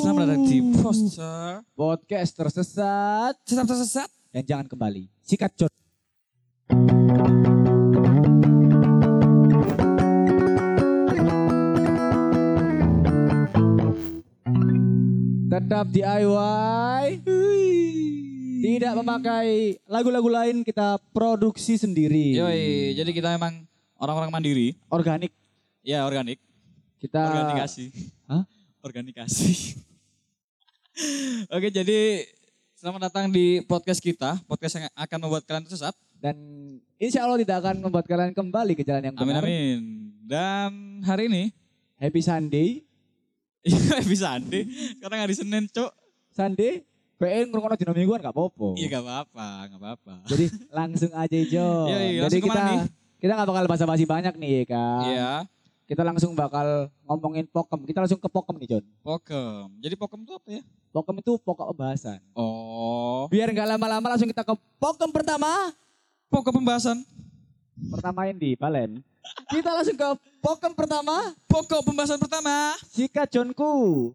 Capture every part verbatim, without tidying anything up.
Selamat datang di Poster Podcast tersesat. Tetap tersesat Dan jangan kembali. Sikat John. Tetap D I Y. Tidak memakai lagu-lagu lain, kita produksi sendiri. Yoi, jadi kita emang orang-orang mandiri. Organik. Ya organik. Kita Organikasi. Hah? Organikasi. Oke, jadi selamat datang di podcast kita. Podcast yang akan membuat kalian tersesat. Dan insya Allah tidak akan membuat kalian kembali ke jalan yang Amin benar. amin. Dan hari ini Happy Sunday. Iya bisa Andi. Sekarang hari Senin, Cok. Sunday. P N ngrungokno dina mingguan gak apa-apa. Iya gak apa-apa, gak apa-apa. Jadi langsung aja Jo. Iya, iya, Jadi langsung kita kemana nih? kita gak bakal basa-basi banyak nih kan. Iya, Kita langsung bakal ngomongin Pokem. Kita langsung ke Pokem nih John. Pokem. Jadi Pokem itu apa ya? Pokem itu pokok pembahasan. Oh, Biar gak lama-lama langsung kita ke Pokem pertama. pokok pembahasan. Pertama di Balen. Kita langsung ke Pokem pertama. Pokok pembahasan pertama. Sikat Johnku.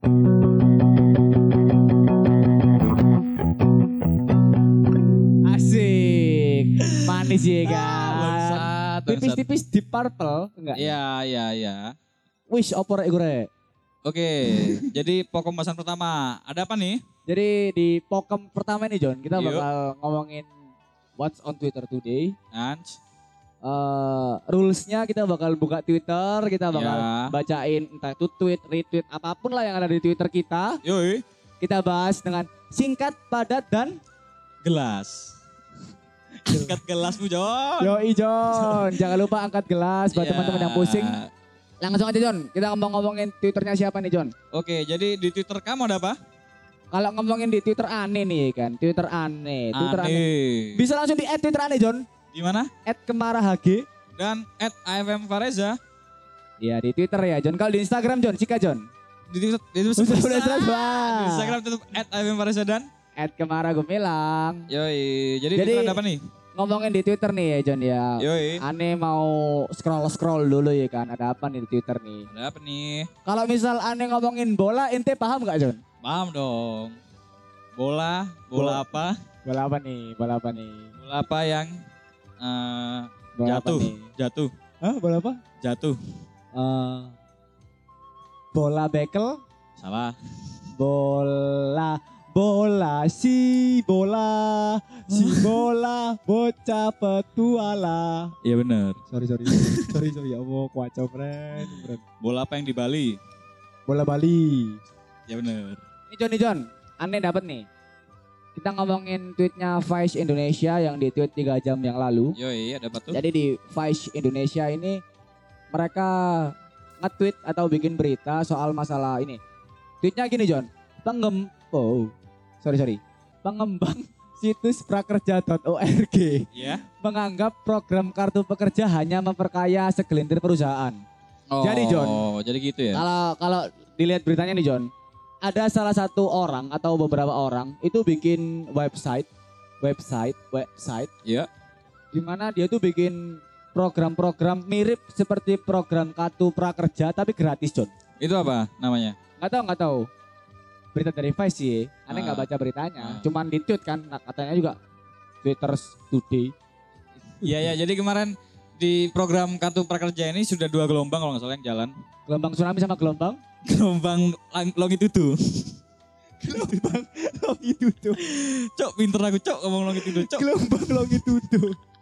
Asik. Manis ya kan. Bangsat, bangsat. Tipis-tipis di purple. Enggak? Iya, iya, iya. Wish opor iku rek. Oke, jadi pokok pembahasan pertama. Ada apa nih? Jadi di Pokem pertama ini John, kita Yuk. bakal ngomongin what's on Twitter today. Anj. Eh rulesnya kita bakal buka Twitter, kita bakal Ya. bacain entah itu tweet, retweet, apapun lah yang ada di Twitter kita. Yoi. Kita bahas dengan singkat, padat, dan Gelas. Angkat gelasmu, Jon. yoi John. Jangan lupa angkat gelas buat Ya. teman-teman yang pusing. Langsung aja John, kita ngomong-ngomongin Twitternya siapa nih John? Oke, jadi di Twitter kamu ada apa? Kalau ngomongin di Twitter aneh nih kan, Twitter aneh, Twitter aneh. Aneh. Bisa langsung di add Twitter aneh John, Di mana? at Kemara H G. Dan at A F M Fareza. Ya di Twitter ya John. Kalau di Instagram John, Sika John. Di Twitter, di Twitter, Udah, udah jelas, Di Bang. Instagram tetap at A F M Fareza dan. At Kemara Gumilang. Yoi, jadi, Jadi- Twitter ada apa nih? Ngomongin di Twitter nih ya John ya. Yoi. Aneh mau scroll-scroll dulu ya kan. Ada apa nih di Twitter nih. Ada apa nih? Kalau misal aneh ngomongin bola, ente paham gak John? Paham dong. Bola, bola Bola. apa? Bola apa nih? Bola apa nih? Bola apa yang eh, Bola apa jatuh, nih? jatuh, Hah, bola apa? jatuh. Eh, bola bekel, Salah. bola bola si bola si bola bocah petuala. Iya benar. Sorry sorry sorry sorry ya Allah kuaco friend, friend. Bola apa yang di Bali? Bola Bali. Ya benar. Ini John, nih John, aneh dapat nih. Kita ngomongin tweetnya Vice Indonesia yang di tweet tiga jam yang lalu. Yoi, ada apa tuh? Jadi di Vice Indonesia ini mereka nge-tweet atau bikin berita soal masalah ini. Tweetnya gini John, penggem, oh sorry sorry, pengembang situs prakerja dot org Iya. menganggap program kartu pekerja hanya memperkaya segelintir perusahaan. Oh, Jadi, John. jadi gitu ya. Kalau kalau dilihat beritanya nih John, ada salah satu orang atau beberapa orang itu bikin website, website, website, Iya. di mana dia tuh bikin program-program mirip seperti program kartu prakerja tapi gratis John. Itu apa namanya? Nggak tahu nggak tahu. Berita dari Vice sih, aneh nggak Ah. baca beritanya. Ah. Cuman di tweet kan, nah, katanya juga Twitter Today. Iya ya, jadi kemarin di program kartu prakerja ini sudah dua gelombang kalau nggak salah yang jalan. Gelombang tsunami sama gelombang Gelombang lang- longitudo. gelombang longitudo. Cok, pinter aku cok ngomong longitudo cok. Gelombang longitudo.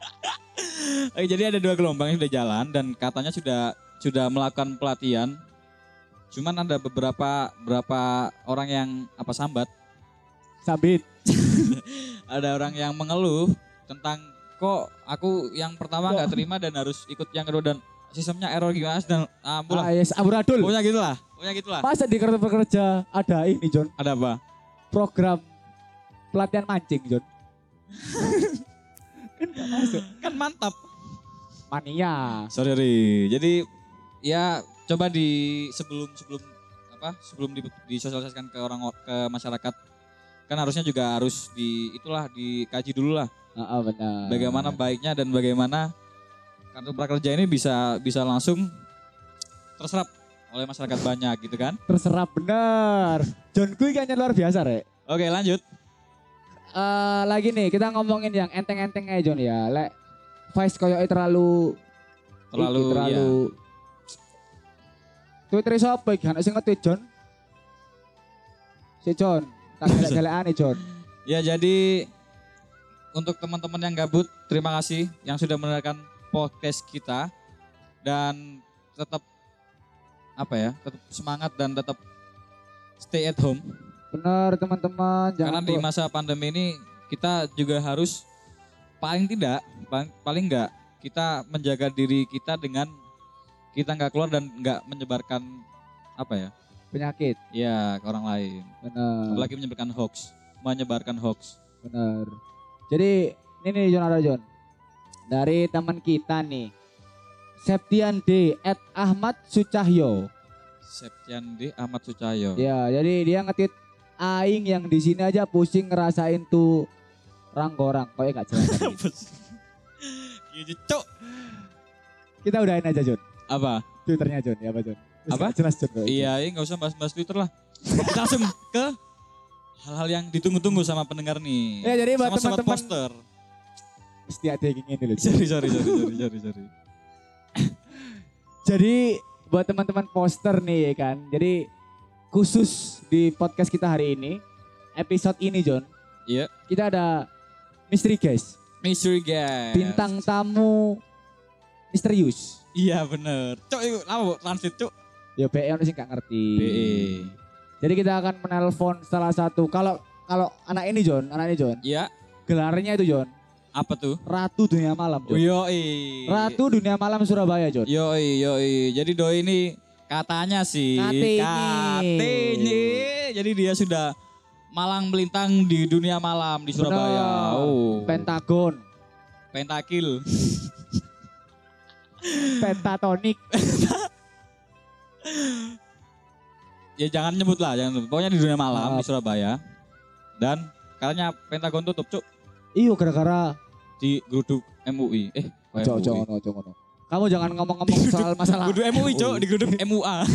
Oke, jadi ada dua gelombang yang sudah jalan dan katanya sudah sudah melakukan pelatihan. Cuman ada beberapa beberapa orang yang apa sambat. Sabit. Ada orang yang mengeluh tentang kok aku yang pertama nggak terima dan harus ikut yang kedua dan sistemnya error gimana dan ah, Ah, lah. yes, amburadul. Pokoknya gitulah. Pokoknya gitulah. Masa di kartu pekerja ada ini John, Ada apa? program pelatihan mancing John. Kan nggak masuk. Kan mantap. Mania. Sorry, sorry. Jadi ya coba di sebelum sebelum apa sebelum di, disosialisasikan ke orang ke masyarakat kan harusnya juga harus di itulah dikaji dulu lah Ah, ah, benar. bagaimana baiknya dan bagaimana kartu prakerja ini bisa bisa langsung terserap oleh masyarakat banyak gitu kan. Terserap bener. John Kui kayaknya luar biasa, Rek. Oke, lanjut. Eh lagi nih kita ngomongin yang enteng-enteng aja John ya. Lek Vice koyoke terlalu Terlalu, iki, terlalu Twitter sapa iki anak sing nge-tweet John? Si John, tak gelek-gelekane John. Ya, jadi untuk teman-teman yang gabut, terima kasih yang sudah mendengarkan podcast kita dan tetap apa ya, tetap semangat dan tetap stay at home. Bener teman-teman, Karena jangan di bo- masa pandemi ini kita juga harus paling tidak, paling, paling enggak kita menjaga diri kita dengan kita nggak keluar dan nggak menyebarkan apa ya, penyakit. ya ke orang lain. Bener. Apalagi menyebarkan hoax, menyebarkan hoax. Bener. Jadi ini nih John ada John. Dari teman kita nih. Septian D at Ahmad Sucahyo. Septian D Ahmad Sucahyo. Ya, jadi dia nge-tweet aing yang di sini aja pusing ngerasain tuh ranggorang. Kok enggak jelas. Gitu, Cuk. Kita udahin aja John. Apa? Twitternya John, ya apa John? Terus Apa? nggak jelas John. kok. Iya, ini nggak usah bahas-bahas Twitter lah. Kita langsung ke hal-hal yang ditunggu-tunggu sama pendengar nih. Ya, jadi buat sama sobat teman-teman- poster. Mesti ada yang ingin dulu. John. Sorry, sorry, sorry, sorry, sorry, sorry. Jadi buat teman-teman poster nih ya kan. Jadi khusus di podcast kita hari ini, episode ini John, Iya, kita ada mystery guys. mystery guys. Bintang tamu misterius. Iya bener. Cuk, itu lama transit cuk. Ya B E ono sing gak ngerti. B E. Jadi kita akan menelpon salah satu. Kalau kalau anak ini John, anak ini John, Iya, gelarnya itu John, apa tuh? Ratu Dunia Malam John. Yoi. Ratu Dunia Malam Surabaya John. Yoi, yoi. Jadi doi ini katanya sih. Katanya. Katanya. Jadi dia sudah malang melintang di dunia malam di Surabaya. Bener. Oh. Pentagon, Pentakil. Pentatonik. Ya jangan nyebut lah, jangan nyebut. Pokoknya di dunia malam Maaf. di Surabaya. Dan katanya Pentagon tutup cuk Iyo gara-gara di geruduk M U I. Eh, kok ojo M U I? ojo ngono, ojo ngono. Kamu jangan ngomong-ngomong soal masalah. Geruduk M U I cuk, di geruduk M U A.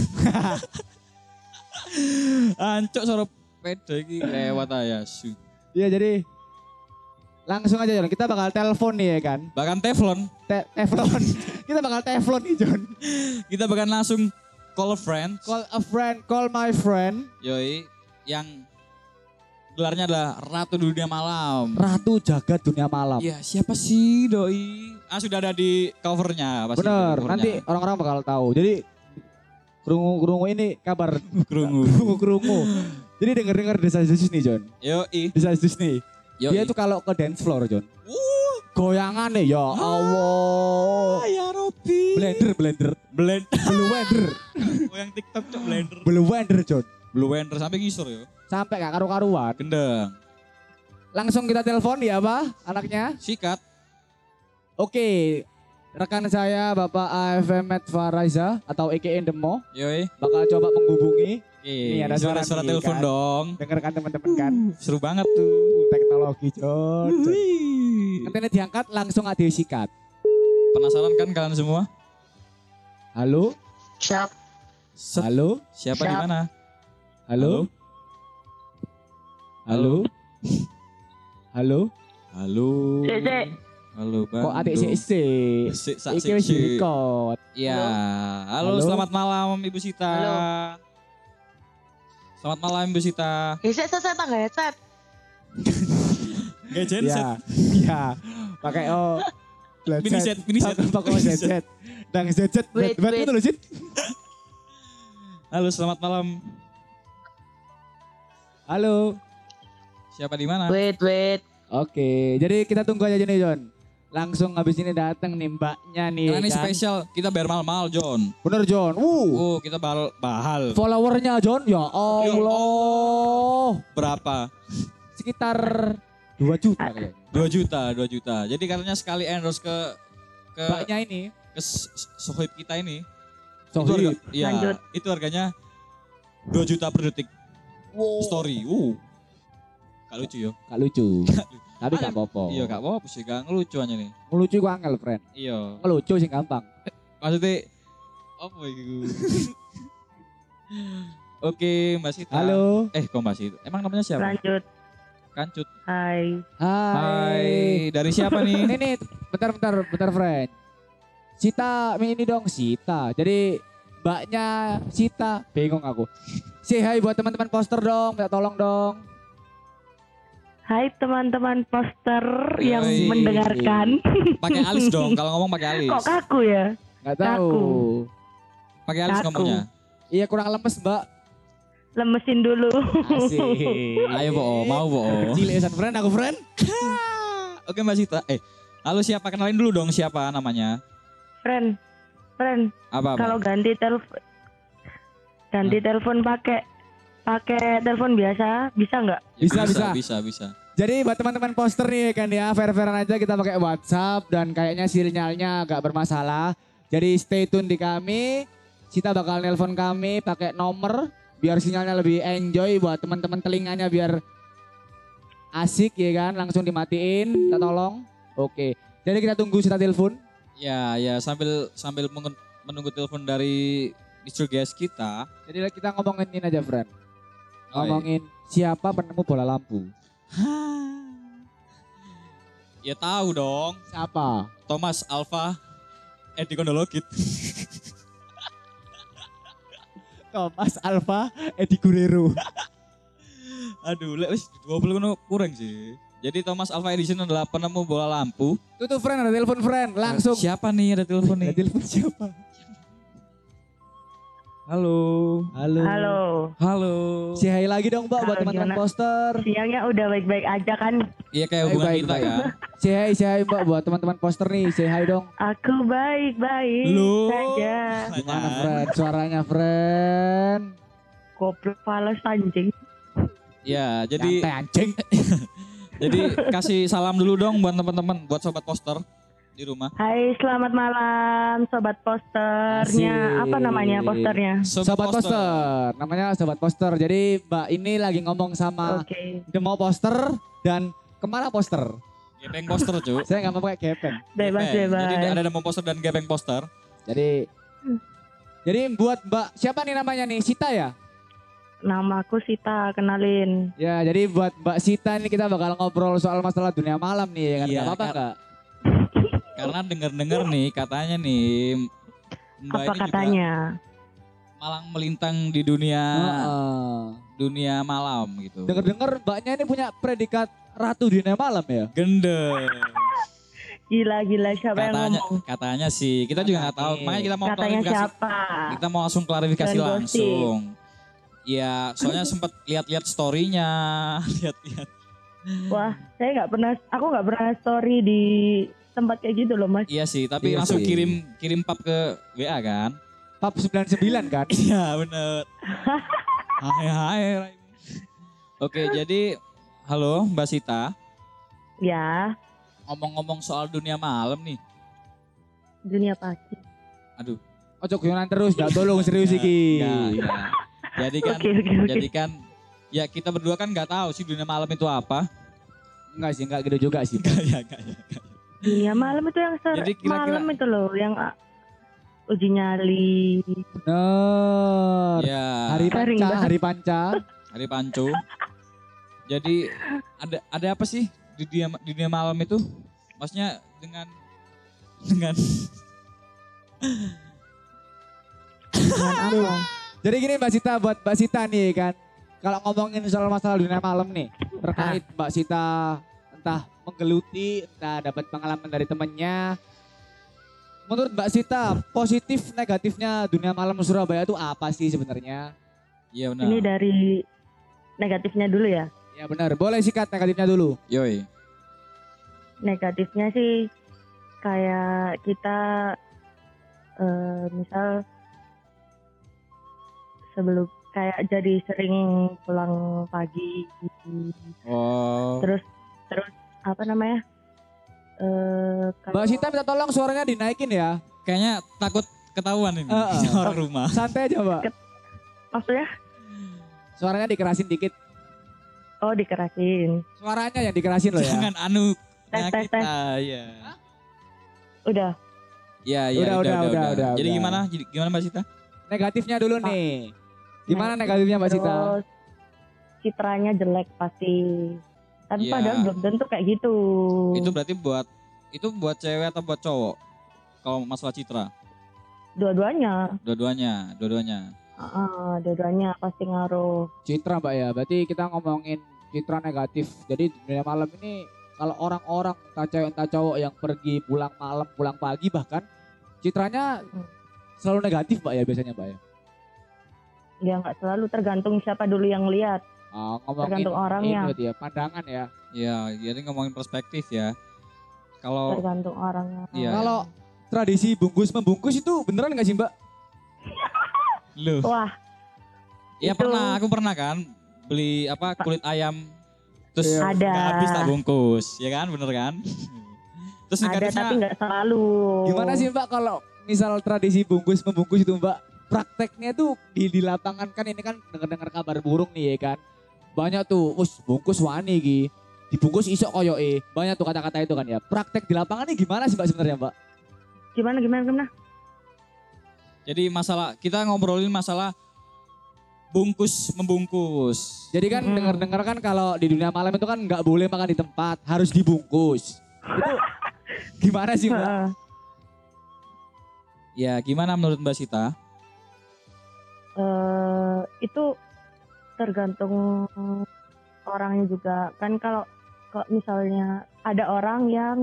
Ancuk soro peda iki lewat aja. Su. Iya jadi langsung aja John, kita bakal telepon nih ya kan. Bahkan Teflon, Te teflon. Kita bakal teflon nih John. kita bahkan langsung call a friend. Call a friend, call my friend. Yoi, yang gelarnya adalah Ratu Dunia Malam. Ratu Jagat Dunia Malam. Iya, siapa sih doi? Ah sudah ada di covernya pasti. Bener, covernya. nanti orang-orang bakal tahu. Jadi kerungu-kerungu ini kabar kerungu. kerungu-kerungu. Jadi denger-denger desas-desus nih John. Yoi. Desas-desus nih. Yoi. Dia tuh kalau ke dance floor John. Uh, Goyangan nih ya Allah. ya Robi. Blender, blender. Blend. Blue Wender. Oh yang TikTok cok blender. Blue Wender John. Blue Wender sampai ngisor ya. Sampai gak karu-karuan. Gendang. Langsung kita telepon ya apa anaknya. Sikat. Oke. Rekan saya Bapak A F M Med Faraiza atau A K A Demo Yoi. bakal coba menghubungi. Oke. Ini ada suara suara nih, telepon kan. dong. Dengarkan teman-teman kan. Seru banget tuh. Teknologi John. John. Wih. Nanti diangkat langsung ada sikat. Penasaran kan kalian semua? Halo? Siap. Set. Halo? Siapa di Siap. mana? Halo? Halo? Halo? Halo. Cek, cek. Halo Bang. Kok adik sik sik? Sik sak Iki sik wis sik. direkod. Ya, halo, Halo. selamat malam Ibu Sita. Halo. Selamat malam Ibu Sita. Headset, headset, tangga headset. Gak genset. Ya. Ya. Pakai oh. Mini set, mini set. Pakai Mini Z Z. Dan Z Z. Wait, Buat wait. itu loh, Sit. Halo, selamat malam. Halo. Siapa di mana? Wait, wait. Oke, jadi kita tunggu aja nih, John. Langsung habis ini datang nih mbaknya nih. Karena ini kan. spesial, kita bayar mahal-mahal John. Bener, John. Uh. Oh, kita bahal, bahal. Followernya, John. Ya Allah. Berapa? Sekitar dua juta kayaknya. dua juta, dua juta. Jadi katanya sekali endorse ke ke Mbaknya ini. ke s- s- sohib kita ini. Itu Sohib. harga, iya, Lanjut. itu harganya dua juta per detik. Wow. Story. Uh. Gak lucu yo. Gak lucu. Tapi gak apa-apa. Iya, gak apa-apa sih, gak ngelucu aja nih. Ngelucu ku angel, friend. Iya. Ngelucu sih gampang. Maksudnya apa itu? Oke, Mbak Sita. Halo. Eh, kok Mbak Sita? Emang namanya siapa? Lanjut. Kancut. Hai. Hai. Hai, dari siapa nih? Ini nih, bentar bentar bentar friend. Sita, ini dong Sita. Jadi mbaknya Sita, bingung aku. Say hi buat teman-teman poster dong, minta tolong dong. Hai teman-teman poster yang Yoi. mendengarkan. Pakai alis dong, kalau ngomong pakai alis. Kok kaku ya? Nggak tahu. Pakai alis Kaku. ngomongnya. Iya kurang lemes mbak. Lemesin dulu. Asik. Ayo, Bo, mau, Bo. Cilesan friend, aku friend. Oke, Mbak Sita. Eh, halo siapa? Kenalin dulu dong siapa namanya. Friend, friend. Apa, apa? Kalau ganti telepon, ganti telepon pakai pakai telepon biasa, bisa nggak? Ya, Bisa, bisa. Bisa, bisa. Jadi buat teman-teman poster nih kan ya, fair-fairan aja kita pakai WhatsApp dan kayaknya sinyalnya agak bermasalah. Jadi stay tune di kami. Sita bakal nelpon kami pakai nomor biar sinyalnya lebih enjoy buat teman-teman telinganya biar asik ya kan, langsung dimatiin, kita tolong. Oke. Jadi kita tunggu Sita telepon. Ya, ya sambil sambil mengun- menunggu telepon dari mister Guest kita. Jadi kita ngomongin ini aja, friend. Oh, iya. Ngomongin siapa penemu bola lampu? Ya tahu dong. Siapa? Thomas Alva Edi Kondologit. Thomas Alva Edi Guerrero. Aduh, lek wis dua puluh kono kurang sih. Jadi Thomas Alva Edison adalah penemu bola lampu. Tuh tuh friend, ada telepon friend, langsung. Siapa nih ada telepon Ada nih? telepon siapa? Halo. Halo. Halo. Halo. Si hai lagi dong mbak buat Halo, teman-teman gimana? poster. Siangnya udah baik-baik aja kan? Iya kayak Baik, hubungan baik, kita baik. kan. Si hai, si hai mbak buat teman-teman poster nih, si hai dong. Aku baik-baik Loh. saja. Gimana friend? Suaranya friend. Goblok fales anjing. Ya, jadi Santai, anjing. jadi kasih salam dulu dong buat teman-teman, buat sobat poster di rumah. Hai, selamat malam sobat posternya. Asik. Apa namanya posternya? Sobat poster. Namanya sobat poster. Jadi mbak ini lagi ngomong sama Oke. demo poster dan kemana poster? Gepeng poster, Cuk. Saya nggak mau pakai gepeng. Bebas Gepeng. bebas. Jadi ada demo poster dan gepeng poster. Jadi jadi buat mbak siapa nih namanya nih? Sita ya? Namaku Sita, kenalin. Ya jadi buat mbak Sita ini kita bakal ngobrol soal masalah dunia malam nih ya kan? Iya, Gak apa-apa Kak. nggak? Karena denger-denger nih katanya nih Mbak Apa ini juga katanya? malang melintang di dunia Heeh. dunia malam gitu. Dengar-dengar mbaknya ini punya predikat ratu dunia malam ya? Gendeng. Gila gila siapa yang Katanya ngomong? katanya sih. Kita juga nggak tahu. Katanya. Makanya kita mau Katanya klarifikasi. siapa? Kita mau langsung klarifikasi Dan gosip. langsung. Ya, soalnya sempat lihat-lihat story-nya, lihat-lihat. Wah, saya nggak pernah, aku nggak pernah story di tempat kayak gitu loh mas. Iya sih, tapi Iya langsung sih. kirim kirim pap ke W A kan? Pap sembilan puluh sembilan kan? Iya, bener. Hai hai. Raimu. Oke, jadi halo Mbak Sita. Ya, Ngomong-ngomong soal dunia malam nih. dunia pasti. Aduh. Ojo guyonan terus, gak tolong serius Nggak, iki. nggak, nggak. Jadi kan, Oke oke oke. jadi kan, ya kita berdua kan nggak tahu sih dunia malam itu apa. Enggak sih, enggak gitu juga sih. Kayak kayak. Dunia malam itu yang ser Jadi kira-kira- malam itu loh, yang ah, uji nyali. Bener. Ya, Hari Garing panca, banget. hari panca. hari pancu. Jadi ada ada apa sih di dunia, di dunia malam itu? Maksudnya dengan dengan Dengan apa? Jadi gini Mbak Sita, buat Mbak Sita nih kan. Kalau ngomongin soal masalah dunia malam nih. Terkait Mbak Sita entah menggeluti, entah dapat pengalaman dari temennya. Menurut Mbak Sita, positif negatifnya dunia malam Surabaya itu apa sih sebenarnya? Iya benar. Ini dari negatifnya dulu ya. Ya benar, boleh sikat negatifnya dulu. Yoi. Negatifnya sih kayak kita eh, misal sebelum kayak jadi sering pulang pagi, Oh. terus terus apa namanya? Eh kalau- Mbak Sita minta tolong suaranya dinaikin ya. Kayaknya takut ketahuan ini Heeh. orang rumah. Santai aja Mbak. maksudnya Suaranya dikerasin dikit. oh dikerasin. Suaranya yang dikerasin loh ya. Jangan anu Tes, tes, kita tes. ya. Udah. Ya, ya, Udah, udah, udah, udah, Jadi udah. gimana? Jadi gimana Mbak Sita? Negatifnya dulu nih. Gimana Nah, negatifnya Mbak Sita? terus citranya jelek pasti. Tapi Iya. padahal belum tentu kayak gitu. Itu berarti buat itu buat cewek atau buat cowok? Kalau masalah citra, Dua-duanya, dua-duanya, dua-duanya. Heeh, dua-duanya pasti ngaruh. Citra Mbak ya, berarti kita ngomongin citra negatif. Jadi di dunia malam ini kalau orang-orang entah cewek entah cowok yang pergi pulang malam, pulang pagi bahkan citranya Hmm. selalu negatif Mbak ya biasanya Mbak ya. Ya nggak selalu, tergantung siapa dulu yang lihat. Oh, ngomongin Tergantung orangnya. ini berarti ya, pandangan ya. Ya, jadi ngomongin perspektif ya. Kalau Tergantung orangnya. Iya. Kalau tradisi bungkus membungkus itu beneran nggak sih Mbak? lu, Wah, ya itu- pernah, aku pernah kan beli apa kulit ayam, terus Iya. Ada. nggak habis tak bungkus, ya kan, bener kan? Terus ada negatifnya, tapi nggak selalu. Gimana sih Mbak kalau misal tradisi bungkus membungkus itu Mbak, prakteknya tuh di di lapangan kan ini kan dengar-dengar kabar burung nih ya kan. Banyak tuh, us bungkus wani iki. Dibungkus isok koyoke. Banyak tuh kata-kata itu kan ya. Praktek di lapangan ini gimana sih Mbak sebenarnya Mbak? Gimana gimana gimana? jadi masalah kita ngobrolin masalah bungkus membungkus. Jadi kan Mm-mm. dengar-dengar kan kalau di dunia malam itu kan nggak boleh makan di tempat, harus dibungkus. Itu gimana sih Mbak? Heeh. Ya gimana menurut Mbak Sita? Eh, itu tergantung orangnya juga kan. Kalau kalau misalnya ada orang yang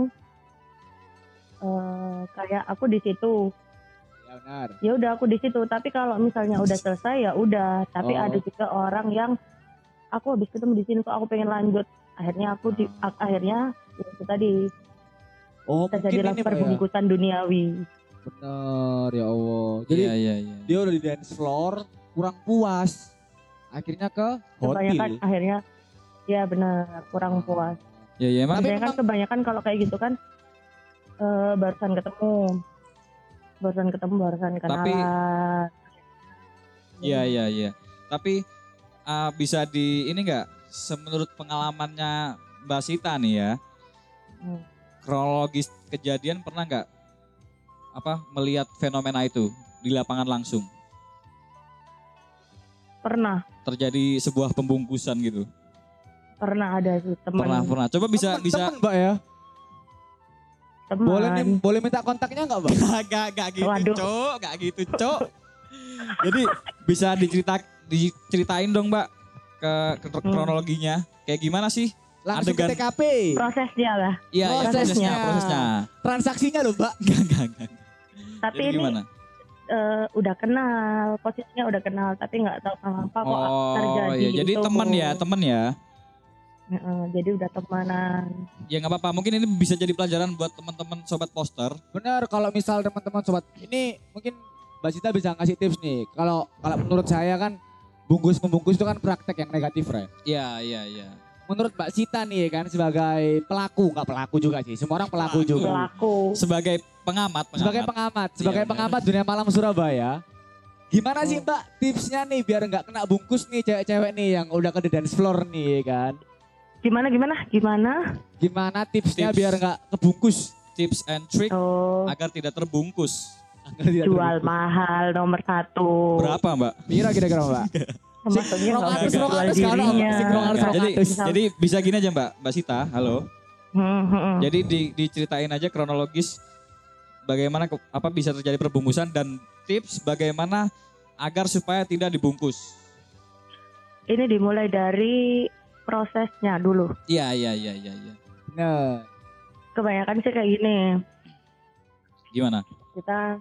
eh, kayak aku di situ, Ya benar. ya udah aku di situ. Tapi kalau misalnya udah selesai ya udah. Tapi Oh. ada juga orang yang aku habis ketemu di sini kok aku pengen lanjut. Akhirnya aku di Oh. ak- akhirnya ya itu tadi Oh mungkin terjadilah ini Mbak ya. perbungkusan duniawi. Bener ya Allah. Jadi Iya iya iya. dia udah di dance floor kurang puas. Akhirnya ke Kebanyakan hotel. akhirnya ya benar kurang puas. Ya ya emang Tapi Biasanya kan memang- kebanyakan kalau kayak gitu kan eh, barusan ketemu, barusan ketemu, barusan kenalan. Iya iya iya. Tapi uh, bisa di ini enggak menurut pengalamannya Mbak Sita nih ya, Hmm. kronologis kejadian pernah nggak apa melihat fenomena itu di lapangan langsung? Pernah, Terjadi sebuah pembungkusan gitu. pernah ada sih teman. Pernah pernah. Coba bisa Temen, bisa temen, Mbak ya. Teman. Boleh nih, boleh minta kontaknya nggak Mbak? gak gak gitu Waduh. cok, gak gitu cok. Jadi bisa dicerita diceritain dong Mbak ke, ke Hmm. kronologinya. Kayak gimana sih? Langsung Adegan. ke T K P. Prosesnya lah. Iya iya prosesnya Prosesnya. prosesnya. Transaksinya loh Mbak. Gak gak gak. Tapi Jadi ini gimana? eh, udah kenal, posisinya udah kenal, tapi nggak tahu kenapa kok Oh terjadi iya, jadi itu. teman ya, teman ya. Heeh, jadi udah temanan. Ya nggak apa-apa, mungkin ini bisa jadi pelajaran buat teman-teman sobat poster. Bener, kalau misal teman-teman sobat, ini mungkin Mbak Sita bisa ngasih tips nih. Kalau kalau menurut saya kan bungkus membungkus itu kan praktek yang negatif, Ren. Iya iya iya. Menurut Mbak Sita nih kan sebagai pelaku, nggak pelaku juga sih, semua orang pelaku Pelaku. juga. Pelaku. Sebagai pengamat, pengamat. Sebagai pengamat, sebagai Iya, bener. pengamat dunia malam Surabaya. Gimana sih Mbak tipsnya nih biar nggak kena bungkus nih cewek-cewek nih yang udah ke the dance floor nih kan? Gimana gimana? Gimana? Gimana tipsnya Tips. biar nggak kebungkus? Tips and trick Oh, agar tidak terbungkus. Agar tidak jual terbungkus. mahal nomor satu. Berapa Mbak? Pira kira-kira Mbak? Maksudnya Rong nggak atus, usah rong jual atus, kan, Om? dirinya. Sing rong atus, rong jadi, atus. jadi bisa gini aja Mbak, Mbak Sita, halo. Hmm, hmm, hmm. Jadi di, diceritain aja kronologis bagaimana ke- apa bisa terjadi perbungkusan dan tips bagaimana agar supaya tidak dibungkus. Ini dimulai dari prosesnya dulu. Iya iya iya iya. iya. Bener. Kebanyakan sih kayak gini. Gimana? Kita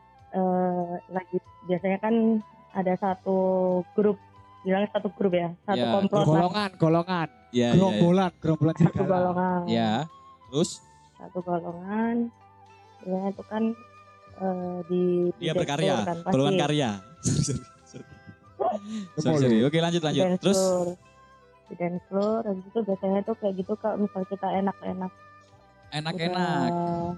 eh, lagi biasanya kan ada satu grup, bilangnya satu grup ya, satu Ya, komplotan, Golongan, golongan. Iya iya. iya. Gerombolan, gerombolan satu serigala. golongan, Ya. Terus satu golongan. Biasanya itu kan eh, di dia di berkarya, dashboard kan, pasti. golongan karya. Sorry sorry. Sorry. Sorry, Apa sorry. lu? Oke lanjut lanjut. Dance Terus floor. Di dance floor, habis itu biasanya tuh kayak gitu kalau misal kita enak-enak, enak-enak. udah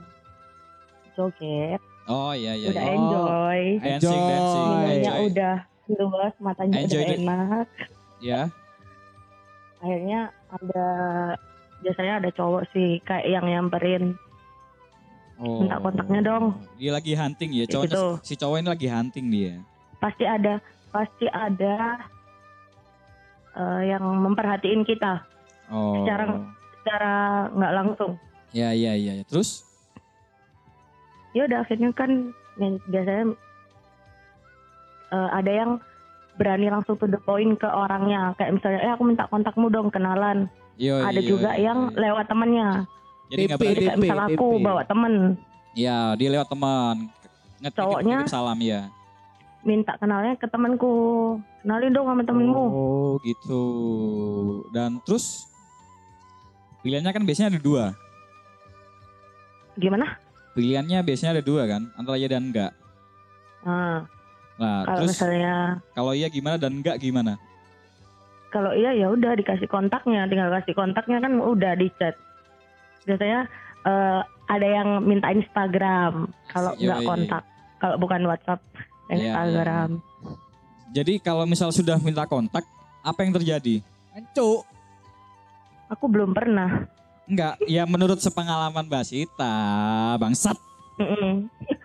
joget, Oh iya iya. udah iya. Oh. enjoy, Dancing Enjoy. dancing. minumnya Enjoy. udah luas, matanya Enjoy udah the- enak. Ya. Akhirnya ada, biasanya ada cowok sih kayak yang nyamperin, Oh. minta kontaknya dong. Dia lagi hunting ya, Kayak cowoknya gitu. si cowok ini lagi hunting dia. Pasti ada pasti ada eh, yang memperhatiin kita Oh. secara secara nggak langsung. Ya, ya, ya. Terus? Ya udah akhirnya kan yang biasanya eh, ada yang berani langsung to the point ke orangnya, kayak misalnya eh aku minta kontakmu dong kenalan. Yo, Ada iya, juga iya, yang iya. lewat temennya. Jadi nggak T P, berani. Jadi kayak T P, misal aku T P. bawa temen Ya, dia lewat teman. Nge- Cowoknya? nitip salam ya. minta kenalnya ke temanku, kenalin dong sama temenmu. Oh, gitu. Dan terus pilihannya kan biasanya ada dua. Gimana? Pilihannya biasanya ada dua kan, antara iya dan enggak. Nah, Nah, kalau terus misalnya kalau iya gimana dan enggak gimana? kalau iya ya udah dikasih kontaknya, tinggal kasih kontaknya kan udah di chat. Biasanya eh, ada yang minta Instagram kalau Yo, nggak iya. kontak, kalau bukan WhatsApp, Iya, Instagram. Jadi kalau misal sudah minta kontak, apa yang terjadi? Ancu. Aku belum pernah. Enggak, ya menurut sepengalaman Mbak Sita, bangsat. Mm-mm.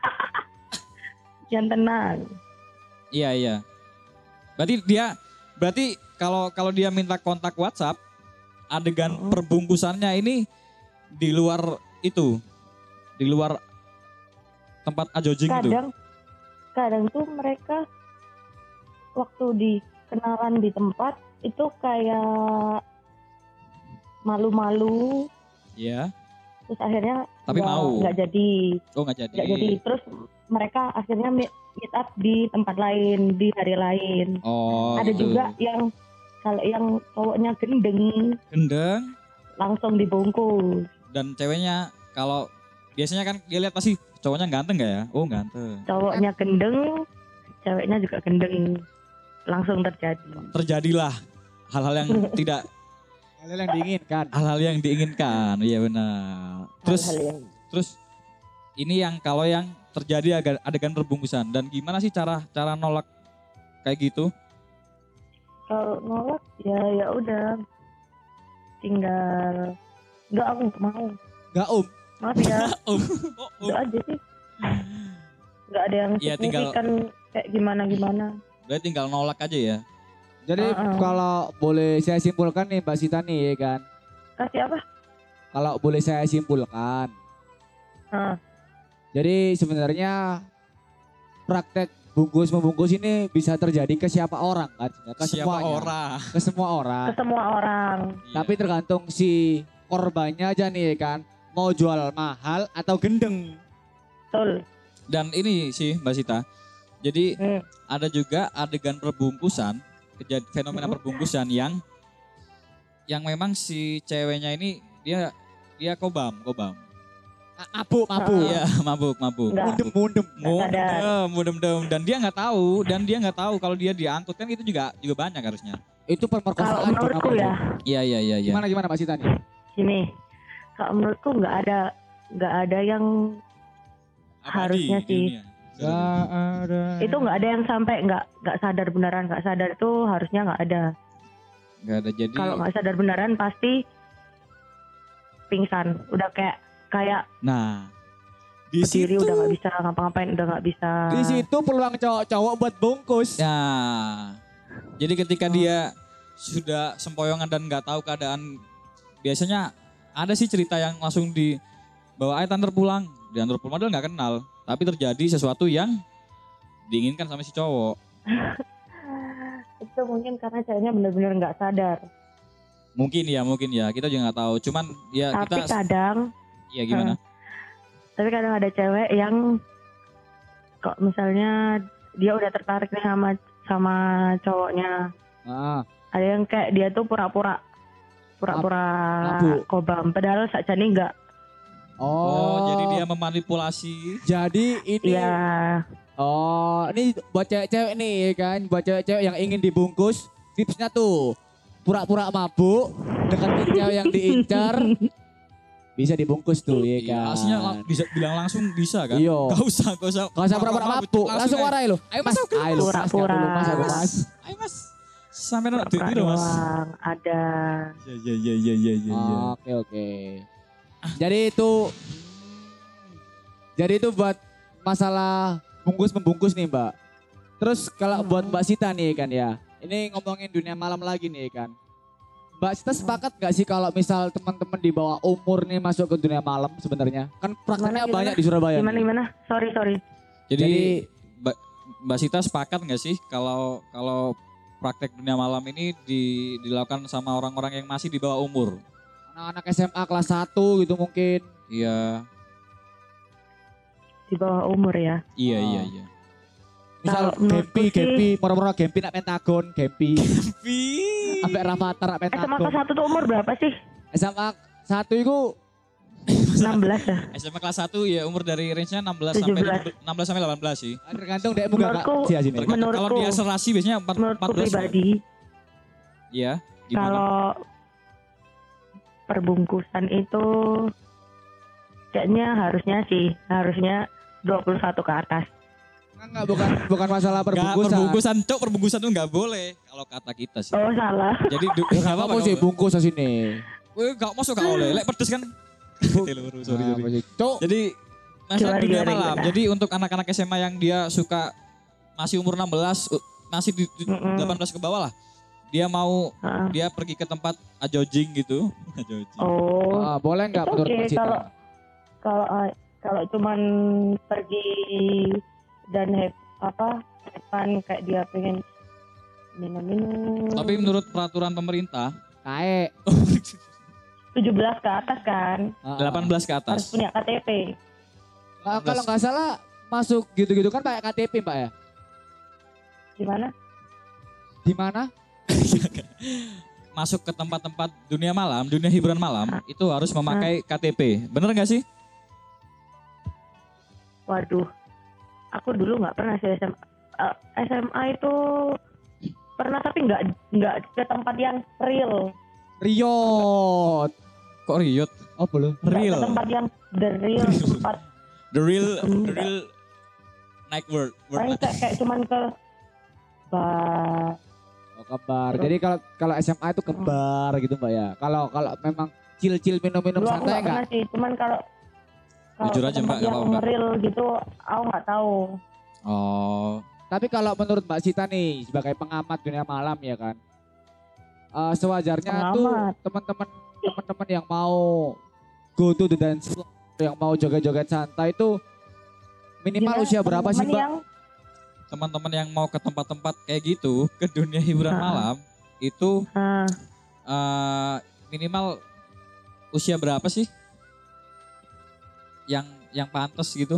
Yang tenang. Iya, iya. Berarti dia, berarti kalau kalau dia minta kontak WhatsApp, adegan Oh. perbungkusannya ini di luar itu, di luar tempat ajojing itu. Kadang, kadang tuh mereka waktu di kenalan di tempat itu kayak malu-malu, Iya. terus akhirnya Tapi nggak- mau. nggak jadi, Oh nggak jadi. nggak jadi. Terus mereka akhirnya meet, meet up di tempat lain, di hari lain. Oh. Ada gitu. juga yang kalau yang cowoknya gendeng gendeng langsung dibungkus. dan ceweknya kalau biasanya kan dia lihat pasti cowoknya ganteng gak ya? Oh ganteng. Cowoknya gendeng, ceweknya juga gendeng. Langsung terjadi. Terjadilah hal-hal yang tidak Hal yang diinginkan. hal-hal yang diinginkan. Iya benar. Terus Hal-hal yang terus ini yang kalau yang terjadi agar adegan perbungkusan dan gimana sih cara cara nolak kayak gitu? kalau nolak ya ya udah tinggal nggak aku nggak mau Gak um. maaf ya Oh, itu aja sih nggak ada yang Iya, tinggal- signifikan kayak gimana gimana. berarti tinggal nolak aja ya. Jadi Uh-uh. kalau boleh saya simpulkan nih Mbak Sita nih ya kan. Kasih apa? Kalau boleh saya simpulkan. Ah. Jadi sebenarnya praktek bungkus membungkus ini bisa terjadi ke siapa orang kan? Ke Siapa semuanya. orang? Ke semua orang. Ke semua orang. Iya. Tapi tergantung si korbannya aja nih kan. Mau jual mahal atau gendeng. Betul. Dan ini sih Mbak Sita. Jadi Hmm. ada juga adegan perbungkusan, kejadian fenomena perbungkusan yang yang memang si ceweknya ini dia dia kobam, kobam. A- Mabuk, mabuk. Iya, mabuk, mabuk. Enggak. Mundem, mundem. sadar. Mudem, mudem, dan dia nggak tahu, dan dia nggak tahu kalau dia diangkut kan itu juga juga banyak harusnya. Itu Kalau pemerkosaan. Jon, menurutku apa, ya Jon? Iya, iya, iya, iya. Gimana gimana Mbak Sita nih? gini, kalau menurutku nggak ada nggak ada yang Abadi harusnya di sih. dunia. Gak ada. itu nggak ada yang sampai nggak nggak sadar beneran nggak sadar itu harusnya nggak ada. Nggak ada jadi. Kalau nggak sadar beneran pasti pingsan, udah kayak kayak Nah, di berdiri situ. udah nggak bisa ngapa-ngapain, udah nggak bisa. Di situ peluang cowok-cowok buat bungkus. Ya, jadi ketika dia sudah sempoyongan dan nggak tahu keadaan, biasanya ada sih cerita yang langsung dibawa ayo antar pulang, diantar pulang padahal nggak kenal, tapi terjadi sesuatu yang diinginkan sama si cowok. Itu mungkin karena ceweknya bener-bener nggak sadar. Mungkin ya, mungkin ya, kita juga nggak tahu. Cuman ya Tapi kita, kadang, ya gimana? tapi kadang ada cewek yang kok misalnya dia udah tertarik nih sama sama cowoknya. Ah, Ada yang kayak dia tuh pura-pura pura-pura Mabuk. kobam, padahal sakjane enggak. oh, Oh, jadi dia memanipulasi. Jadi ini Iya, oh, ini buat cewek-cewek nih ya kan, buat cewek-cewek yang ingin dibungkus, tipsnya tuh pura-pura mabuk deketin cewek yang diincar bisa dibungkus tuh ya Iya, kan. aslinya lang- bisa bilang langsung bisa kan? Iya. Gak usah, gak usah. Gak usah pura-pura mabuk, langsung aja. warai lo. Ayo mas, aku ayo lo, mas, Pura-pura. gak perlu, mas, aku mas. Ayo mas, sampai nolak duit pura-pura dulu mas. doang. Ada. Ya ya ya ya ya ya. ya. Oke oke. Jadi itu, jadi itu buat masalah bungkus membungkus nih mbak. Terus kalau buat Mbak Sita nih kan ya, ini ngomongin dunia malam lagi nih kan. Mbak Sita sepakat gak sih kalau misal teman-teman di bawah umur nih masuk ke dunia malam sebenarnya? Kan prakteknya Gimana, gimana? banyak di Surabaya. Gimana nih. gimana? Sorry sorry. Jadi, Jadi Mbak, Mbak Sita sepakat nggak sih kalau kalau praktek dunia malam ini di, dilakukan sama orang-orang yang masih di bawah umur? anak-anak S M A kelas satu gitu mungkin. Iya, Di bawah umur ya. iya, Oh. iya, iya. Misal Kalau menurutku Gempi, sih- Gempi, moro-moro Gempi nak Pentagon, Gempi. Tapi Sampai Rafathar nak S M A Pentagon. kelas satu tuh umur berapa sih? S M A satu itu enam belas ya? S M A kelas satu ya umur dari range-nya enam belas sampai tujuh belas. enam belas sampai delapan belas sih. tergantung dek muka kak Menurutku- sia sini. Tergantung, kalau Menurutku- di akselerasi biasanya empat- Menurutku empat belas. pribadi, Iya, gimana? kalau perbungkusan itu kayaknya harusnya sih, harusnya dua puluh satu ke atas. Enggak, bukan bukan masalah Nggak, perbungkusan. perbungkusan, cok, perbungkusan tuh nggak boleh kalau kata kita sih. Oh salah. Jadi du- Ya nggak enggak apa sih nggak bungkus di sini. Weh, nggak masuk gak oleh, lek pedes kan. Telur, sorry, Nah, sorry. apa sih? Cuk, Jadi masalah Gimana, dunia gimana, malam. gimana? Jadi untuk anak-anak S M A yang dia suka masih umur enam belas, uh, masih di, di Mm-mm. delapan belas ke bawah lah. Dia mau Heeh. dia pergi ke tempat ajojing gitu. Ajojing. Oh, ah, boleh enggak Itu menurut oke, Mbak Sita? kalau kalau eh, kalau cuman pergi dan hep, apa depan kayak dia pengen minum-minum. Tapi menurut peraturan pemerintah Kae. tujuh belas ke atas kan Ah, delapan belas ke harus atas. punya K T P. ah. Kalau nggak salah masuk gitu-gitu kan pakai K T P Mbak ya? Gimana? Di mana? Masuk ke tempat-tempat dunia malam, dunia hiburan malam itu harus memakai K T P. Bener nggak sih? Waduh, aku dulu nggak pernah sih S M A. Eh, S M A itu pernah tapi nggak nggak ke tempat yang real. Riot. Kok riot? Oh belum. Nggak Real. ke tempat yang the real tempat. The real, the Enggak. real night world. Paling world. kayak, kayak cuman ke bar. Oh kembar. Jadi kalau kalau S M A itu kembar gitu Mbak ya. Kalau kalau memang cil-cil minum-minum Dulu aku santai nggak enggak? pernah sih, cuman kalau kalau Jujur ke aja, tempat Mbak, nggak yang apa-apa. real gitu, aku nggak tahu. Oh, Tapi kalau menurut Mbak Sita nih sebagai pengamat dunia malam ya kan. eh, sewajarnya tuh Pengamat. teman-teman teman-teman yang mau go to the dance floor, yang mau joget-joget santai itu minimal Gimana usia berapa sih teman-teman Mbak? yang teman-teman yang mau ke tempat-tempat kayak gitu, ke dunia hiburan Ah. malam, itu ah, eh, minimal usia berapa sih? Yang yang pantas gitu?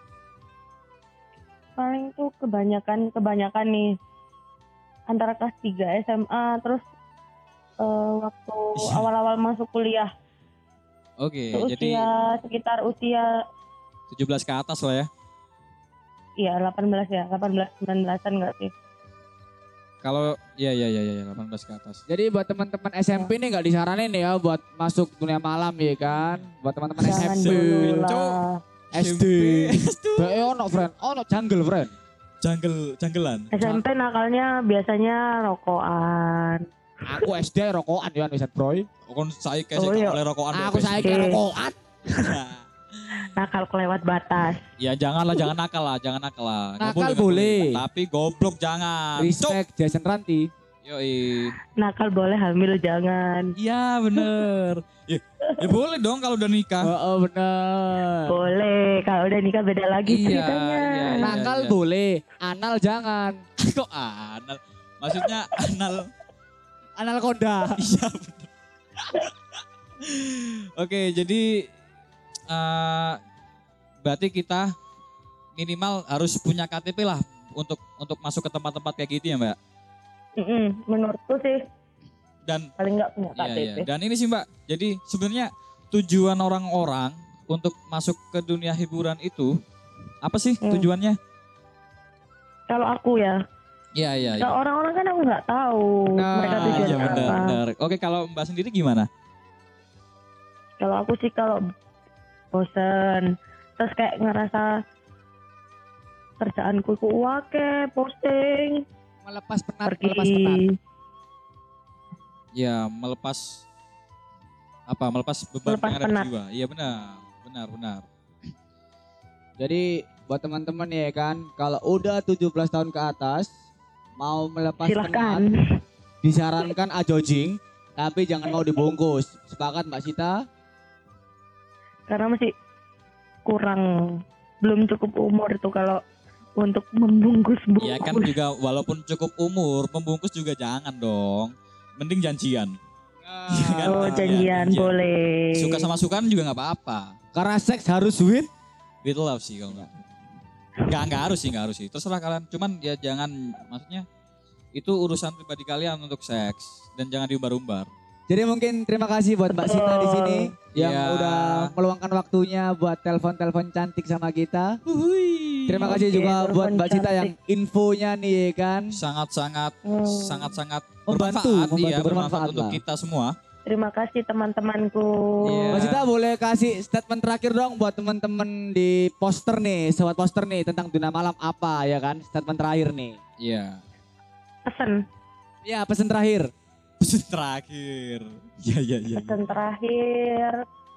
paling tuh kebanyakan kebanyakan nih antara kelas tiga S M A terus eh, waktu Iya. awal-awal masuk kuliah Oke, itu jadi usia sekitar usia tujuh belas ke atas lah ya. iya delapan belas ya delapan belas sembilan belasan enggak sih. Kalau ya ya ya ya ya, delapan belas ke atas. Jadi buat teman-teman S M P nih nggak disaranin ya buat masuk dunia malam ya kan? Buat teman-teman Jangan S M P, dulu Cuk. lah. S D, B E ono friend, ono jungle friend. Jungle, junglean. S M P nakalnya biasanya rokokan. Aku S D rokokan ya Wisan Broy. Kon saya kayak Oh, sih iya. oleh rokokan. Aku bebas. saya Oke. rokokan. Nakal kelewat batas. Ya janganlah, jangan nakal lah, jangan nakal lah. Nggak Nakal nggak boleh. Tapi goblok jangan. Cuk. Respect Jason Ranti. Yoi. Nakal boleh, hamil jangan. Iya bener. ya, ya boleh dong kalau udah nikah. Oh, oh bener. Boleh, kalau udah nikah beda lagi Iya, ceritanya. iya, iya. Nakal boleh, anal jangan. Kok anal? Maksudnya anal. Anal konda. Iya bener. Oke, jadi eh berarti kita minimal harus punya K T P lah untuk untuk masuk ke tempat-tempat kayak gitu ya Mbak. Mm-mm, menurutku sih Dan paling nggak punya K iya, T P. iya. Dan ini sih Mbak, jadi sebenarnya tujuan orang-orang untuk masuk ke dunia hiburan itu apa sih Hmm. tujuannya? Kalau aku ya, Iya iya. iya. kalau orang-orang kan aku nggak tahu Nah, mereka Ah, tujuannya iya benar, apa. benar. Oke, kalau Mbak sendiri gimana? Kalau aku sih kalau bosen, terus kayak ngerasa kerjaanku ku wake posting, Melepas penat, pergi. melepas penat. Ya, melepas apa? Melepas beban Melepas yang ada di penat. jiwa. Iya benar, benar, benar. Jadi buat teman-teman ya kan, kalau udah tujuh belas tahun ke atas mau melepas Silahkan. penat, disarankan ajojing, tapi jangan mau dibungkus. Sepakat Mbak Sita? Karena masih kurang, belum cukup umur itu kalau untuk membungkus bungkus. Ya kan juga walaupun cukup umur, membungkus juga jangan dong. Mending janjian. Iya kan? Oh, janjian boleh. Suka sama sukaan juga nggak apa-apa. Karena seks harus with With love sih kalau nggak. Nggak nggak harus sih, nggak harus sih. Terserah kalian. Cuman ya jangan, maksudnya itu urusan pribadi kalian untuk seks dan jangan diumbar-umbar. Jadi mungkin terima kasih buat Mbak Sita di sini yang Ya. udah meluangkan waktunya buat telepon-telepon cantik sama kita. Uhuy. Terima kasih Oke, juga telepon buat Mbak Sita cantik. yang infonya nih ya kan. Sangat-sangat, Hmm. sangat-sangat Membantu, bermanfaat, membantu, iya, bermanfaat bermanfaat untuk lah. kita semua. Terima kasih teman-temanku. Iya. Mbak Sita boleh kasih statement terakhir dong buat teman-teman di poster nih, sobat poster nih tentang Dunia Malam apa ya kan? Statement terakhir nih. Iya. Pesan, Ya pesan terakhir. Pesan terakhir. Iya, iya, iya. pesan terakhir.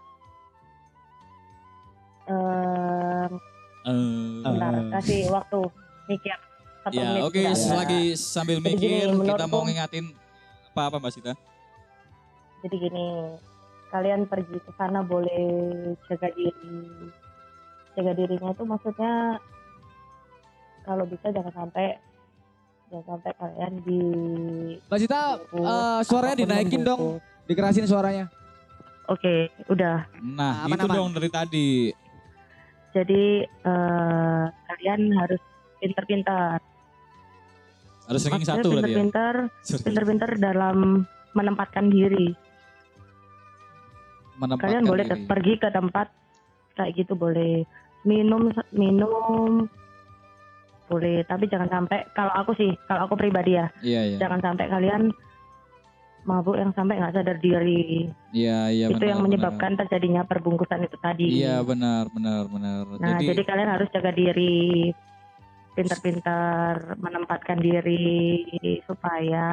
Ehm, Eh, bentar, kasih waktu mikir satu ya, menit. oke, bentar. selagi sambil Jadi gini, mikir kita menurutku- mau ngingatin apa-apa Mbak Sita? Jadi gini, kalian pergi ke sana boleh jaga diri. Jaga dirinya itu maksudnya kalau bisa jangan sampai jangan sampai kalian di Mbak Sita eh, suaranya ataupun dinaikin dong, membungkus. dikerasin suaranya. Oke, udah. Nah, Aman, itu aman. dong dari tadi. Jadi eh, kalian harus pintar-pintar. Harus ranking Maksudnya satu berarti ya. pintar-pintar, Sorry. pintar-pintar dalam menempatkan diri. Menempatkan Kalian boleh diri. pergi ke tempat kayak gitu, boleh minum minum boleh, tapi jangan sampai, kalau aku sih, kalau aku pribadi ya, Iya, iya. jangan sampai kalian mabuk yang sampai nggak sadar diri. Iya, iya Itu benar. yang menyebabkan terjadinya perbungkusan itu tadi. benar. Iya, benar, benar, benar. Nah, jadi, jadi, kalian harus jaga diri, pintar-pintar menempatkan diri supaya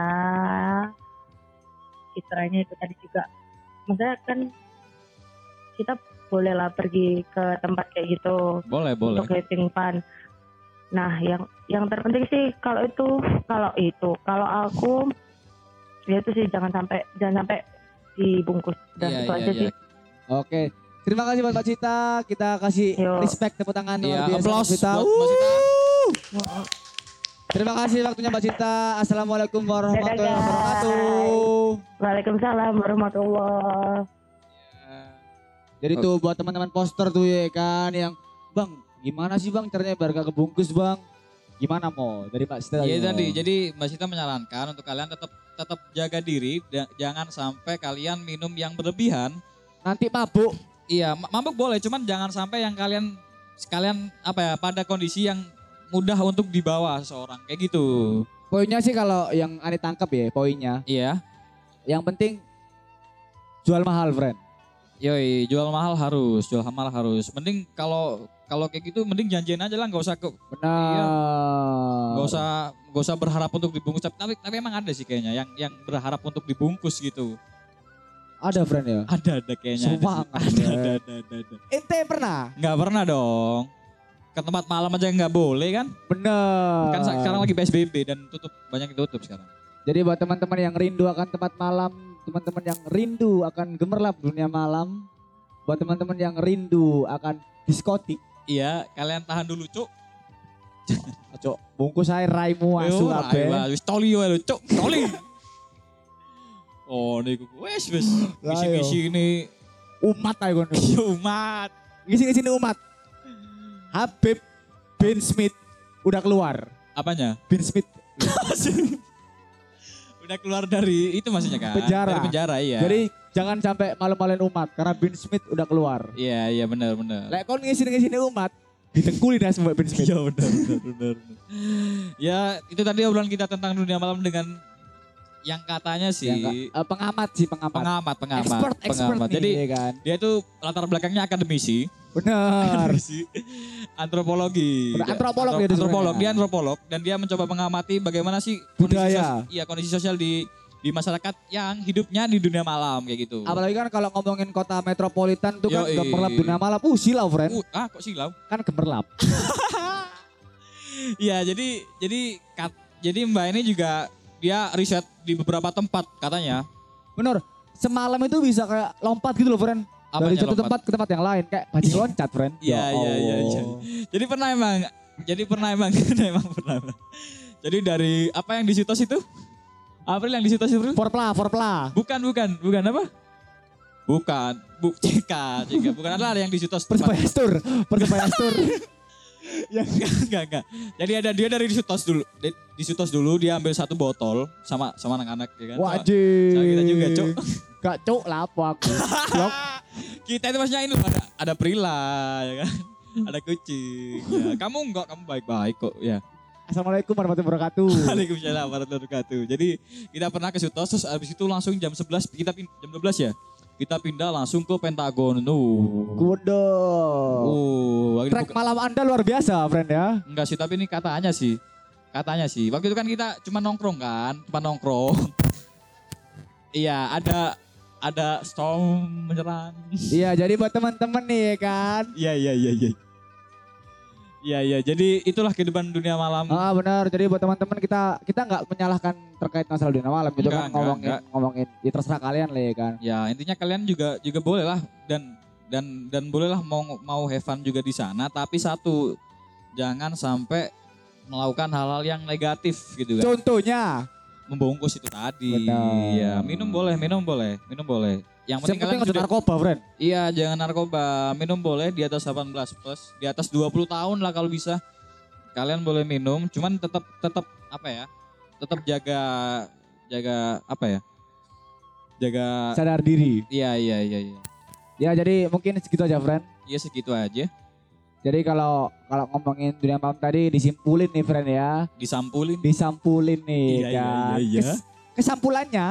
istilahnya itu tadi juga. Maksudnya kan kita bolehlah pergi ke tempat kayak gitu boleh, boleh. untuk having fun. Nah, yang yang terpenting sih kalau itu, kalau itu, kalau aku ya itu sih jangan sampai jangan sampai dibungkus. Dan Iya, itu iya, aja iya. sih. Oke. Terima kasih buat Mbak Cita. Kita kasih Yo. respect tepuk tangan Iya, luar biasa applause Mbak Cita. buat Mbak Cita. Wuh. Terima kasih waktunya Mbak Cita. Assalamualaikum warahmatullahi Dadah, guys. wabarakatuh. Waalaikumsalam warahmatullahi. Jadi tuh buat teman-teman poster tuh ya kan yang Bang, gimana sih Bang caranya biar gak kebungkus Bang? Gimana mau dari Mbak Cita? Iya Mo? tadi, jadi Mbak Sita menyarankan untuk kalian tetap tetap jaga diri, da- jangan sampai kalian minum yang berlebihan. Nanti mabuk. Iya, ma- mabuk boleh, cuman jangan sampai yang kalian sekalian apa ya pada kondisi yang mudah untuk dibawa seseorang kayak gitu. Poinnya sih kalau yang Ani tangkap ya poinnya. Iya, Yang penting jual mahal friend. yoi, jual mahal harus, jual mahal harus. Mending kalau kalau kayak gitu, mending janjian aja lah, nggak usah ke, Benar. nggak usah nggak usah berharap untuk dibungkus. Tapi, tapi tapi emang ada sih kayaknya yang yang berharap untuk dibungkus gitu. Ada friend ya. Ada ada kayaknya. Ada, Semangat, ada, Bro. ada, ada, ada, ada. Ente pernah? Nggak pernah dong. Ke tempat malam aja nggak boleh kan? Bener. Kan sekarang lagi P S B B dan tutup, banyak yang tutup sekarang. Jadi buat teman-teman yang rindu akan tempat malam, teman-teman yang rindu akan gemerlap dunia malam, buat teman-teman yang rindu akan diskotik, Iya, kalian tahan dulu, Cuk. cok, bungkus saya raimu asu kabeh. Ayo, wis toli wae lho, Cuk. Toli. Oh, niku wis wis. Lah, Ngisi-ngisi ini Umat ae kono. umat. Ngisi-ngisi ini umat. Habib bin Smith udah keluar. Apanya? Bin Smith. Udah keluar dari itu maksudnya kan? Penjara. Dari penjara, iya. Jadi jangan sampai malu-maluin umat karena bin Smith udah keluar. Iya, iya benar benar. Lek kon ngisi-ngisi ini umat, ditengkuli dah sama bin Smith. Iya benar benar benar. Ya, itu tadi obrolan kita tentang dunia malam dengan yang katanya sih Ya, enggak? Eh, pengamat sih pengamat. pengamat, pengamat, Expert, expert pengamat. nih, Jadi ya kan. dia itu latar belakangnya akademisi, Benar. akademisi antropologi. Benar, antropolog Antro- dia itu antropolog, sebenarnya. dia antropolog dan dia mencoba mengamati bagaimana sih Budaya. kondisi, sos- iya, kondisi sosial di di masyarakat yang hidupnya di dunia malam kayak gitu. Apalagi kan kalau ngomongin kota metropolitan tuh kan Yoi. gemerlap dunia malam. Uh silau friend. Uh, ah kok silau? Kan gemerlap. Iya, jadi jadi kat, jadi Mbak ini juga dia riset di beberapa tempat katanya. Bener. Semalam itu bisa kayak lompat gitu loh friend. Dari Apanya satu lompat? tempat ke tempat yang lain. Kayak bajing loncat friend. Iya, Ya iya, iya, iya. Allah. Jadi pernah emang, jadi pernah emang, emang pernah. pernah. Jadi dari apa yang di situs itu? April yang di situs itu? Forpla, forpla. Bukan, bukan, bukan apa? Bukan, bu, C K, C K. Bukan adalah yang di situs. Persebaya Stur, Persebaya Stur. Ya enggak, enggak, enggak. Jadi ada dia dari di situs dulu. Di, di situs dulu dia ambil satu botol sama sama anak-anak ya kan. Wajib. Sama kita juga, Cuk. Gak cuk lah apa aku. Blok. Kita itu maksudnya ini ada ada Prila ya kan. Ada kucing. Ya, kamu enggak, kamu baik-baik kok ya. Assalamualaikum warahmatullahi wabarakatuh. Waalaikumsalam warahmatullahi wabarakatuh. Jadi kita pernah ke situs terus abis itu langsung jam sebelas kita pin- jam dua belas ya. Kita pindah langsung ke Pentagon. Uh. Kudo. Uh, Track malam Anda luar biasa, friend ya. enggak sih, tapi ini katanya sih. Katanya sih. Waktu itu kan kita cuma nongkrong kan, cuma nongkrong. Iya, ada ada storm menyerang. Iya, jadi buat teman-teman nih ya kan. Iya, iya, iya, iya. Iya, iya. Jadi itulah kehidupan dunia malam. Ah benar. Jadi buat teman-teman kita kita nggak menyalahkan terkait masalah dunia malam itu Enggak, kan enggak, ngomongin enggak. ngomongin ya terserah kalian lah ya kan. Ya, intinya kalian juga juga boleh lah dan dan dan bolehlah mau mau have fun juga di sana, tapi satu, jangan sampai melakukan hal-hal yang negatif gitu kan. Contohnya, Membungkus itu tadi. Benar. Ya, minum boleh, minum boleh, minum boleh. Yang penting yang penting kalian nggak sudah narkoba, friend. Iya, jangan narkoba. Minum boleh di atas delapan belas plus, di atas dua puluh tahun lah kalau bisa. Kalian boleh minum, cuman tetap tetap apa ya? Tetap jaga jaga apa ya? Jaga Sadar diri. Iya, iya, iya, iya. Ya jadi mungkin segitu aja, friend. Iya segitu aja. Jadi kalau kalau ngomongin dunia malam tadi disimpulin nih, friend ya. Disampulin. Disampulin nih Iya, iya, kan. iya, iya. Kes- kesampulannya,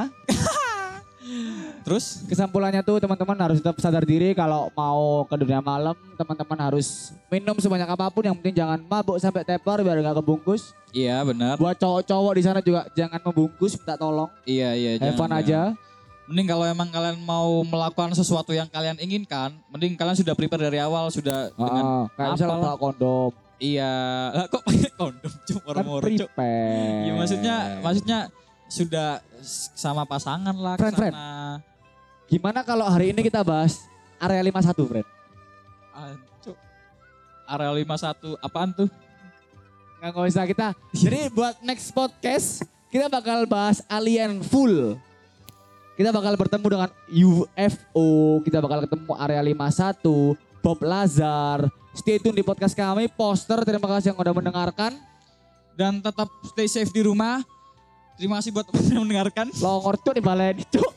Terus kesampulannya tuh teman-teman harus tetap sadar diri kalau mau ke dunia malam, teman-teman harus minum sebanyak apapun, yang penting jangan mabuk sampai tepar biar nggak kebungkus. iya benar. Buat cowok-cowok di sana juga jangan membungkus, minta tolong. Iya iya. Have fun jangan, aja. jangan. Mending kalau emang kalian mau melakukan sesuatu yang kalian inginkan, mending kalian sudah prepare dari awal, sudah dengan Heeh, kayak misalnya apalah. bawa kondom. iya. Lah kok pakai kondom cuma Kan moro-moro cuk. prepare. Iya maksudnya maksudnya sudah s- sama pasangan lah ke Friend, friend. sana. Gimana kalau hari ini kita bahas area lima puluh satu, friend? Ah, cuk. Area lima puluh satu apaan tuh? Nggak, nggak usah kita. Jadi buat next podcast kita bakal bahas alien full. Kita bakal bertemu dengan U F O, kita bakal ketemu area lima puluh satu, Bob Lazar. Stay tune di podcast kami, Poster. Terima kasih yang udah mendengarkan. Dan tetap stay safe di rumah. Terima kasih buat teman yang mendengarkan. Longor cuk di balai cuk.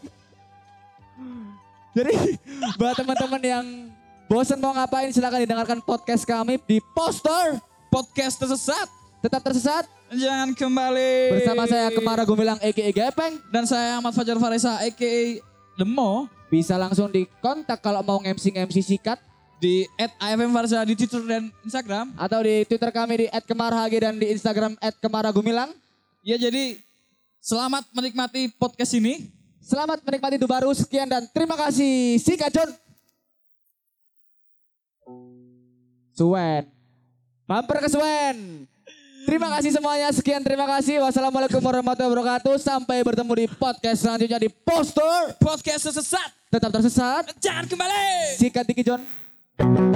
Jadi buat teman-teman yang bosan mau ngapain silakan didengarkan podcast kami di Poster. Podcast tersesat. Tetap tersesat. Jangan kembali. Bersama saya Kemara Gumilang A K A Gepeng. Dan saya Ahmad Fajar Faresa A K A Demo. Bisa langsung dikontak kalau mau nge-M C nge-M C sikat. Di at A F M Farsa di Twitter dan Instagram. Atau di Twitter kami di at kemarhg dan di Instagram at kemaragumilang. Ya jadi selamat menikmati podcast ini. Selamat menikmati itu baru. Sekian dan terima kasih. Sikat John. Suwen. Bumper ke Suwen. Terima kasih semuanya. Sekian terima kasih. Wassalamualaikum warahmatullahi wabarakatuh. Sampai bertemu di podcast selanjutnya di Poster. Podcast tersesat. Tetap tersesat. Jangan kembali. Sikat Diki John.